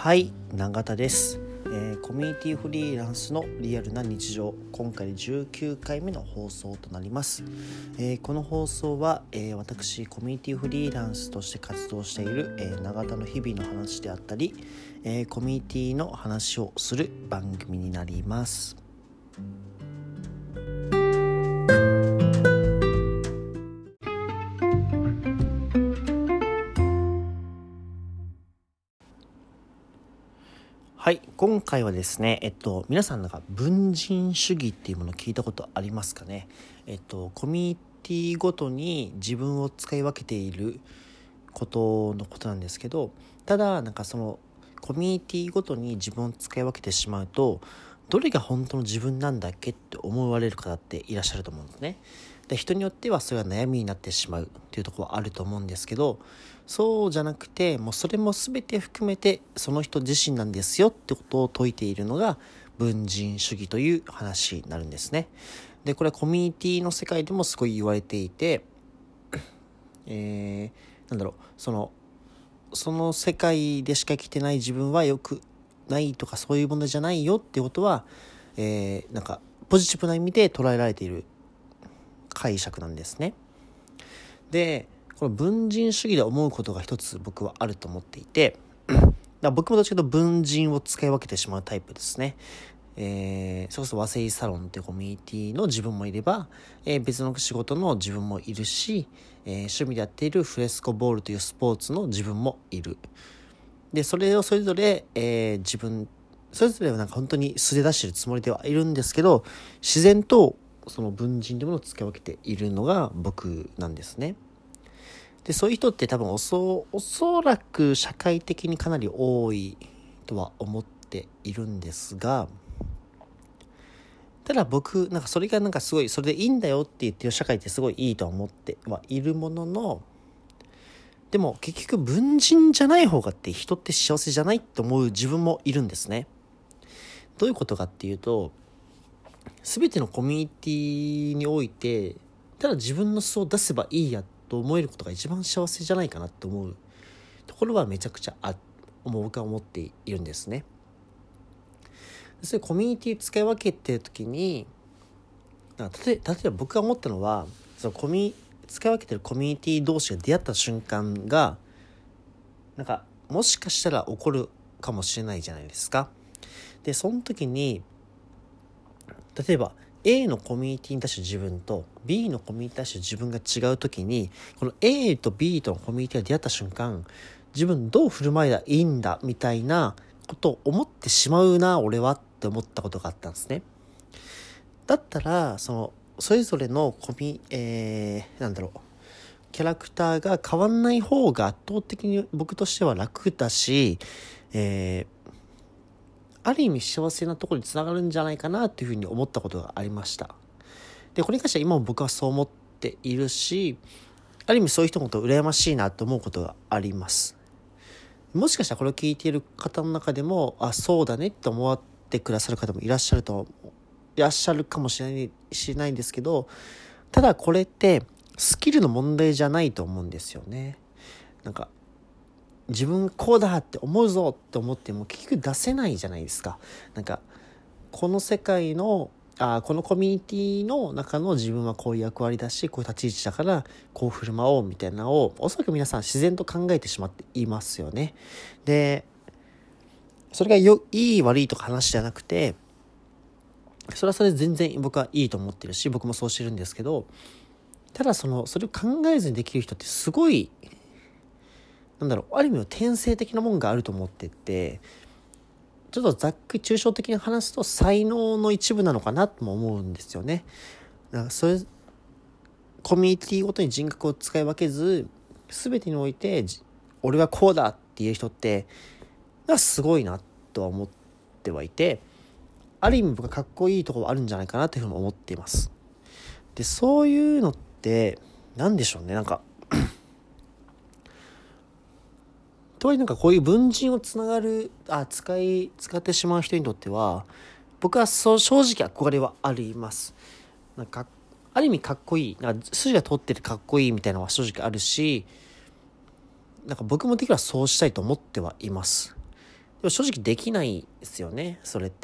はい、永田です。コミュニティフリーランスのリアルな日常、今回で19回目の放送となります。この放送は、私コミュニティフリーランスとして活動している、永田の日々の話であったり、コミュニティの話をする番組になります。はい、今回はですね、皆さん文人主義っていうものを聞いたことありますかね。コミュニティごとに自分を使い分けていることのことなんですけど、ただそのコミュニティごとに自分を使い分けてしまうと、どれが本当の自分なんだっけって思われる方っていらっしゃると思うんですね。で、人によってはそれが悩みになってしまうっていうところはあると思うんですけど、そうじゃなくて、もうそれも全て含めてその人自身なんですよってことを説いているのが文人主義という話になるんですね。で、これはコミュニティの世界でもすごい言われていて、その世界でしか生きてない自分は良くないとか、そういうものじゃないよってことは、ポジティブな意味で捉えられている解釈なんですね。で、この文人主義で思うことが一つ僕はあると思っていて、僕もどっちかというと文人を使い分けてしまうタイプですね。それこそ和製サロンってコミュニティの自分もいれば、別の仕事の自分もいるし、趣味でやっているフレスコボールというスポーツの自分もいる。で、それをそれぞれ、それぞれは本当に素で出してるつもりではいるんですけど、自然とその文人でものを使い分けているのが僕なんですね。で、そういう人って多分おそらく社会的にかなり多いとは思っているんですが、ただ僕それがすごいそれでいいんだよって言ってる社会ってすごいいいとは思ってはいるものの、でも結局文人じゃない方がって人って幸せじゃないって思う自分もいるんですね。どういうことかっていうと、全てのコミュニティにおいてただ自分の素を出せばいいやと思えることが一番幸せじゃないかなと思うところはめちゃくちゃ僕は思っているんですね。そういうコミュニティ使い分けてる時に、例えば僕が思ったのは、その使い分けてるコミュニティ同士が出会った瞬間がもしかしたら起こるかもしれないじゃないですか。で、その時に例えば A のコミュニティに対して自分と B のコミュニティに対して自分が違う時に、この A と B とのコミュニティが出会った瞬間、自分どう振る舞えばいいんだみたいなことを思ってしまうな俺はって思ったことがあったんですね。だったらそれぞれのキャラクターが変わんない方が圧倒的に僕としては楽だし、ある意味幸せなところにつながるんじゃないかなというふうに思ったことがありました。で、これに関しては今も僕はそう思っているし、ある意味そういう人のこと羨ましいなと思うことがあります。もしかしたらこれを聞いている方の中でも、そうだねって思ってくださる方もいらっしゃるかもしれないんですけど、ただこれってスキルの問題じゃないと思うんですよね。自分こうだって思うぞって思っても結局出せないじゃないですか。この世界のこのコミュニティの中の自分はこういう役割だし、こういう立ち位置だからこう振る舞おうみたいなのをおそらく皆さん自然と考えてしまっていますよね。で、それがいい悪いとか話じゃなくて、それはそれで全然僕はいいと思ってるし、僕もそうしてるんですけど、ただそれを考えずにできる人ってすごいある意味の天性的なもんがあると思ってて、ちょっとざっくり抽象的に話すと才能の一部なのかなとも思うんですよね。コミュニティごとに人格を使い分けず、全てにおいて俺はこうだっていう人ってすごいなとは思ってはいて、ある意味僕はかっこいいところあるんじゃないかなというふうに思っています。で、そういうのって何でしょうね。とはいえこういう文人を使ってしまう人にとっては、僕は正直憧れはあります。ある意味かっこいい、筋が通っててかっこいいみたいなのは正直あるし、僕もできればそうしたいと思ってはいます。 も正直できないですよね、それって。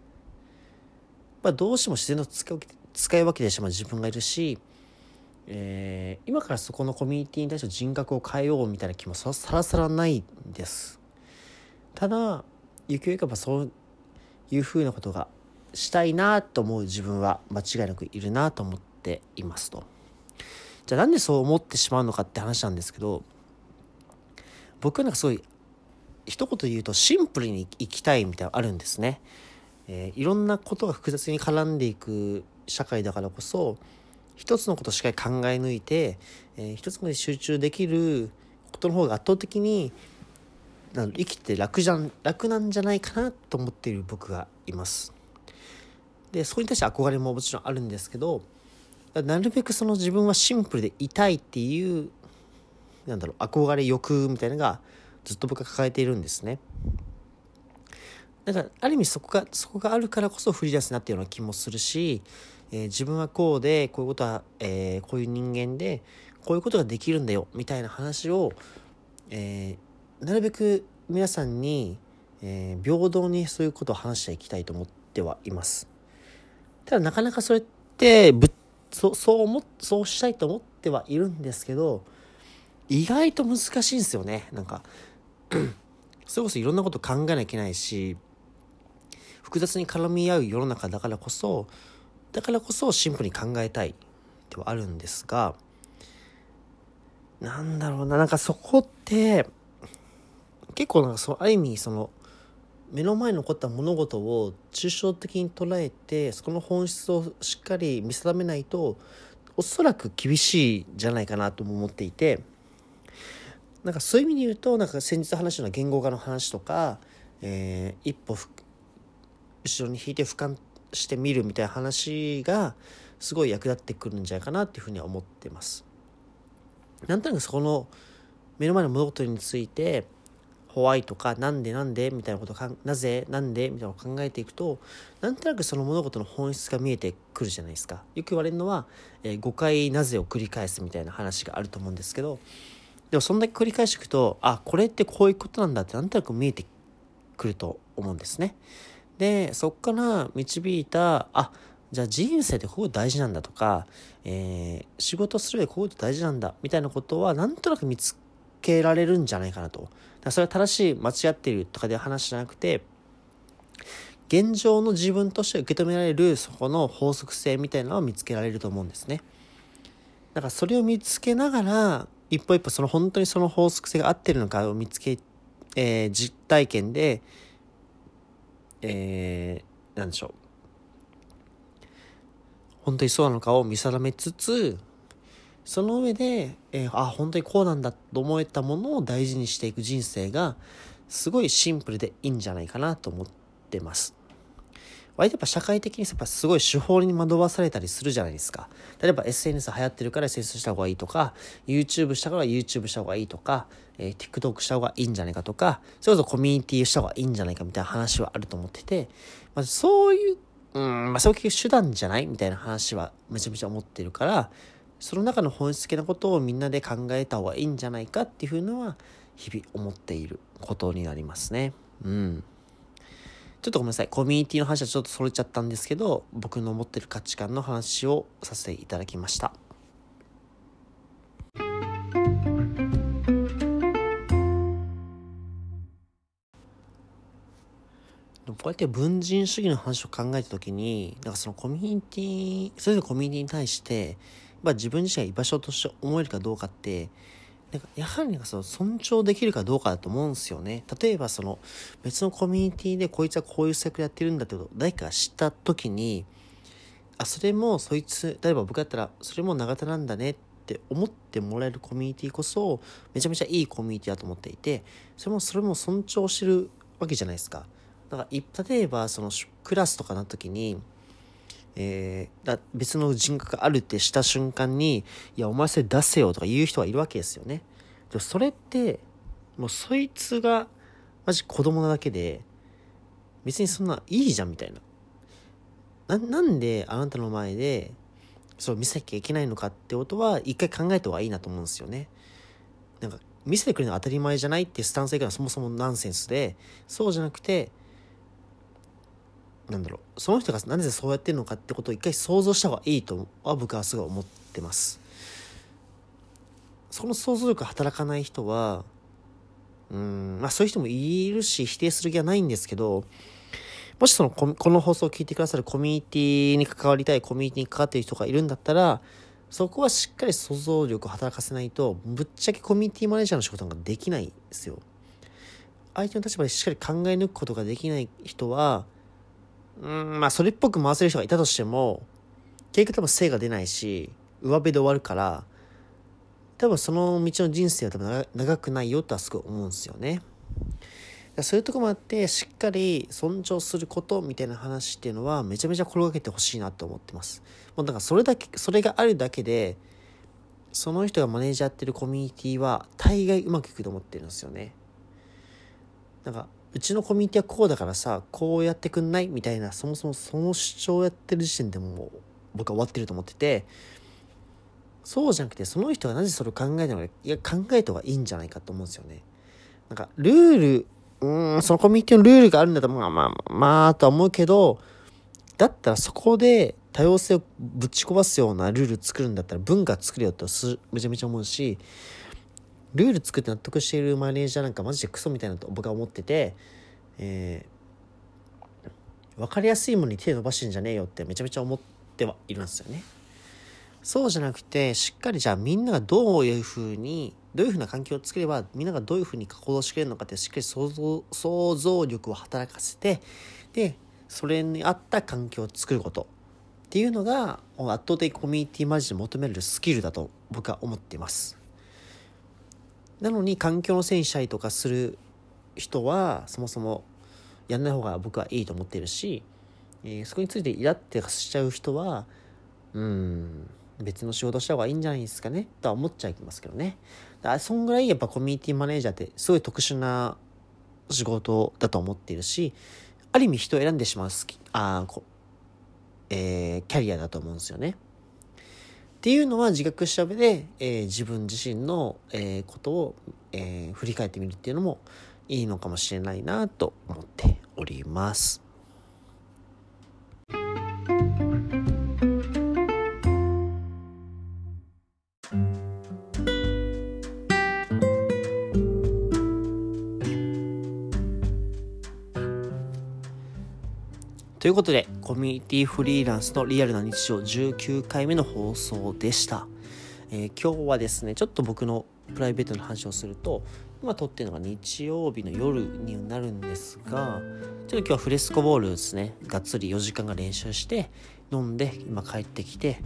どうしても自然と使い分けてしまう自分がいるし、今からそこのコミュニティに対して人格を変えようみたいな気もさらさらないんです。ただゆくゆくはそういうふうなことがしたいなと思う自分は間違いなくいるなと思っていますと。じゃあなんでそう思ってしまうのかって話なんですけど、僕はなんかすごい一言で言うとシンプルに生きたいみたいなのあるんですね。いろんなことが複雑に絡んでいく社会だからこそ、一つのことをしっかり考え抜いて、一つのことに集中できることの方が圧倒的に生きて楽なんじゃないかなと思っている僕がいます。でそこに対して憧れももちろんあるんですけど、なるべくその自分はシンプルでいたいっていう憧れ欲みたいなのがずっと僕は抱えているんですね。だからある意味そこがあるからこそフリーランスになったような気もするし、自分はこうでこういうことは、こういう人間でこういうことができるんだよみたいな話を、なるべく皆さんに、平等にそういうことを話していきたいと思ってはいます。ただなかなかそれってそうしたいと思ってはいるんですけど、意外と難しいんですよね。それこそいろんなこと考えなきゃいけないし、複雑に絡み合う世の中だからこそシンプルに考えたいではあるんですが、そこって結構ある意味目の前に起こった物事を抽象的に捉えて、そこの本質をしっかり見定めないとおそらく厳しいんじゃないかなとも思っていて、そういう意味で言うと先日話した言語化の話とか、一歩後ろに引いて俯瞰してみるみたいな話がすごい役立ってくるんじゃないかなっていうふうには思ってます。なんとなくそこの目の前の物事についてホワイとかなんでみたいなことをなぜなんでみたいなのを考えていくと、なんとなくその物事の本質が見えてくるじゃないですか。よく言われるのは、5回なぜを繰り返すみたいな話があると思うんですけど、でもそんだけ繰り返していくと、これってこういうことなんだってなんとなく見えてくると思うんですね。でそこから導いたじゃあ人生ってここ大事なんだとか、仕事する上でこういうこと大事なんだみたいなことはなんとなく見つけられるんじゃないかなと。それは正しい間違っているとかで話じゃなくて、現状の自分として受け止められるそこの法則性みたいなのを見つけられると思うんですね。だからそれを見つけながら一歩一歩本当にその法則性が合ってるのかを見つけ、実体験で、なんでしょう、本当にそうなのかを見定めつつ、その上で、本当にこうなんだと思えたものを大事にしていく人生がすごいシンプルでいいんじゃないかなと思ってます。割とやっぱ社会的にやっぱすごい手法に惑わされたりするじゃないですか。例えば SNS 流行ってるから SNS した方がいいとか、 YouTube したから YouTube した方がいいとか、TikTok した方がいいんじゃないかとか、それこそコミュニティした方がいいんじゃないかみたいな話はあると思ってて、そういうそういう手段じゃないみたいな話はめちゃめちゃ思ってるから、その中の本質的なことをみんなで考えた方がいいんじゃないかっていうのは日々思っていることになりますね。ちょっとごめんなさい。コミュニティの話はちょっとそれちゃったんですけど、僕の持ってる価値観の話をさせていただきました。こうやって文人主義の話を考えたときに、それぞれコミュニティに対して、自分自身が居場所として思えるかどうかって、やはり尊重できるかどうかだと思うんですよね。例えば別のコミュニティでこいつはこういう施策やってるんだってことを誰かが知ったときに、それもそいつ、例えば僕だったらそれも永田なんだねって思ってもらえるコミュニティこそめちゃめちゃいいコミュニティだと思っていて、それも尊重してるわけじゃないですか。例えばクラスとかの時に、別の人格があるってした瞬間に、いやお前それ出せよとか言う人がいるわけですよね。でもそれってもうそいつがマジ子供なだけで、別にそんないいじゃんみたいな。なんであなたの前でそう見せなきゃいけないのかってことは一回考えた方がいいなと思うんですよね。 見せてくれるのは当たり前じゃないってスタンスがいくのはそもそもナンセンスで、そうじゃなくて、その人がなぜそうやってるのかってことを一回想像した方がいいとは僕はすごい思ってます。その想像力が働かない人はそういう人もいるし否定する気はないんですけど、もしこの放送を聞いてくださるコミュニティに関わりたい、コミュニティに関わっている人がいるんだったら、そこはしっかり想像力を働かせないと、ぶっちゃけコミュニティマネージャーの仕事なんかできないんですよ。相手の立場でしっかり考え抜くことができない人は、それっぽく回せる人がいたとしても、結局多分精が出ないし、上辺で終わるから、多分その道の人生は多分長くないよとはすごい思うんですよね。そういうところもあって、しっかり尊重することみたいな話っていうのはめちゃめちゃ心がけてほしいなと思ってます。もうだからそれがあるだけで、その人がマネージャーやってるコミュニティは大概うまくいくと思ってるんですよね。うちのコミュニティはこうだからさ、こうやってくんないみたいな、そもそもその主張をやってる時点でもう僕は終わってると思ってて、そうじゃなくて、その人がなぜそれを考えたのか、考えた方がいいんじゃないかと思うんですよね。ルール、そのコミュニティのルールがあるんだったら、まあとは思うけど、だったらそこで多様性をぶち壊すようなルール作るんだったら文化作れよとめちゃめちゃ思うし、ルール作って納得しているマネージャーなんかマジでクソみたいなと僕は思ってて、分かりやすいものに手伸ばしてんじゃねえよってめちゃめちゃ思ってはいるんですよね。そうじゃなくて、しっかりじゃあみんながどういうふうな環境を作ればみんながどういうふうに行動してくれるのかってしっかり想像力を働かせて、でそれに合った環境を作ることっていうのが圧倒的コミュニティマジで求めるスキルだと僕は思っています。なのに環境のせいにしたりとかする人はそもそもやんない方が僕はいいと思っているし、そこについてイラってしちゃう人は別の仕事した方がいいんじゃないですかねとは思っちゃいますけどね。そんぐらいやっぱコミュニティマネージャーってすごい特殊な仕事だと思っているし、ある意味人を選んでしまうキャリアだと思うんですよね。っていうのは自覚した上で、自分自身の、ことを、振り返ってみるっていうのもいいのかもしれないなと思っております。ということで、コミュニティフリーランスのリアルな日常19回目の放送でした。今日はですね、ちょっと僕のプライベートの話をすると、今撮ってるのが日曜日の夜になるんですが、ちょっと今日はフレスコボールですね、がっつり4時間が練習して飲んで今帰ってきて、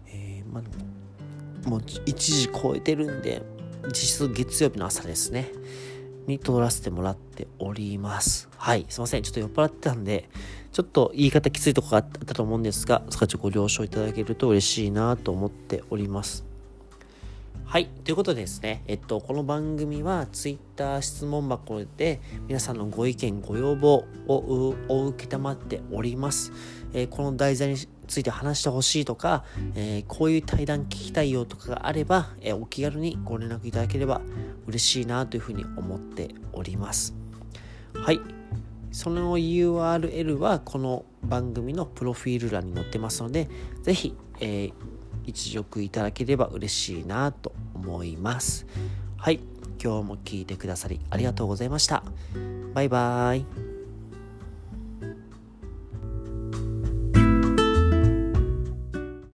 もう1時超えてるんで、実質月曜日の朝ですねに撮らせてもらっております。はい、すいません、ちょっと酔っ払ってたんでちょっと言い方きついところがあったと思うんですが、そこはちょっとご了承いただけると嬉しいなと思っております。はい、ということでですね、この番組はツイッター質問箱で皆さんのご意見ご要望を受けたまっております。この題材について話してほしいとか、こういう対談聞きたいよとかがあれば、お気軽にご連絡いただければ嬉しいなというふうに思っております。はい、その URL はこの番組のプロフィール欄に載ってますので、ぜひ、一読いただければ嬉しいなと思います。はい、今日も聞いてくださりありがとうございました。バイバイ。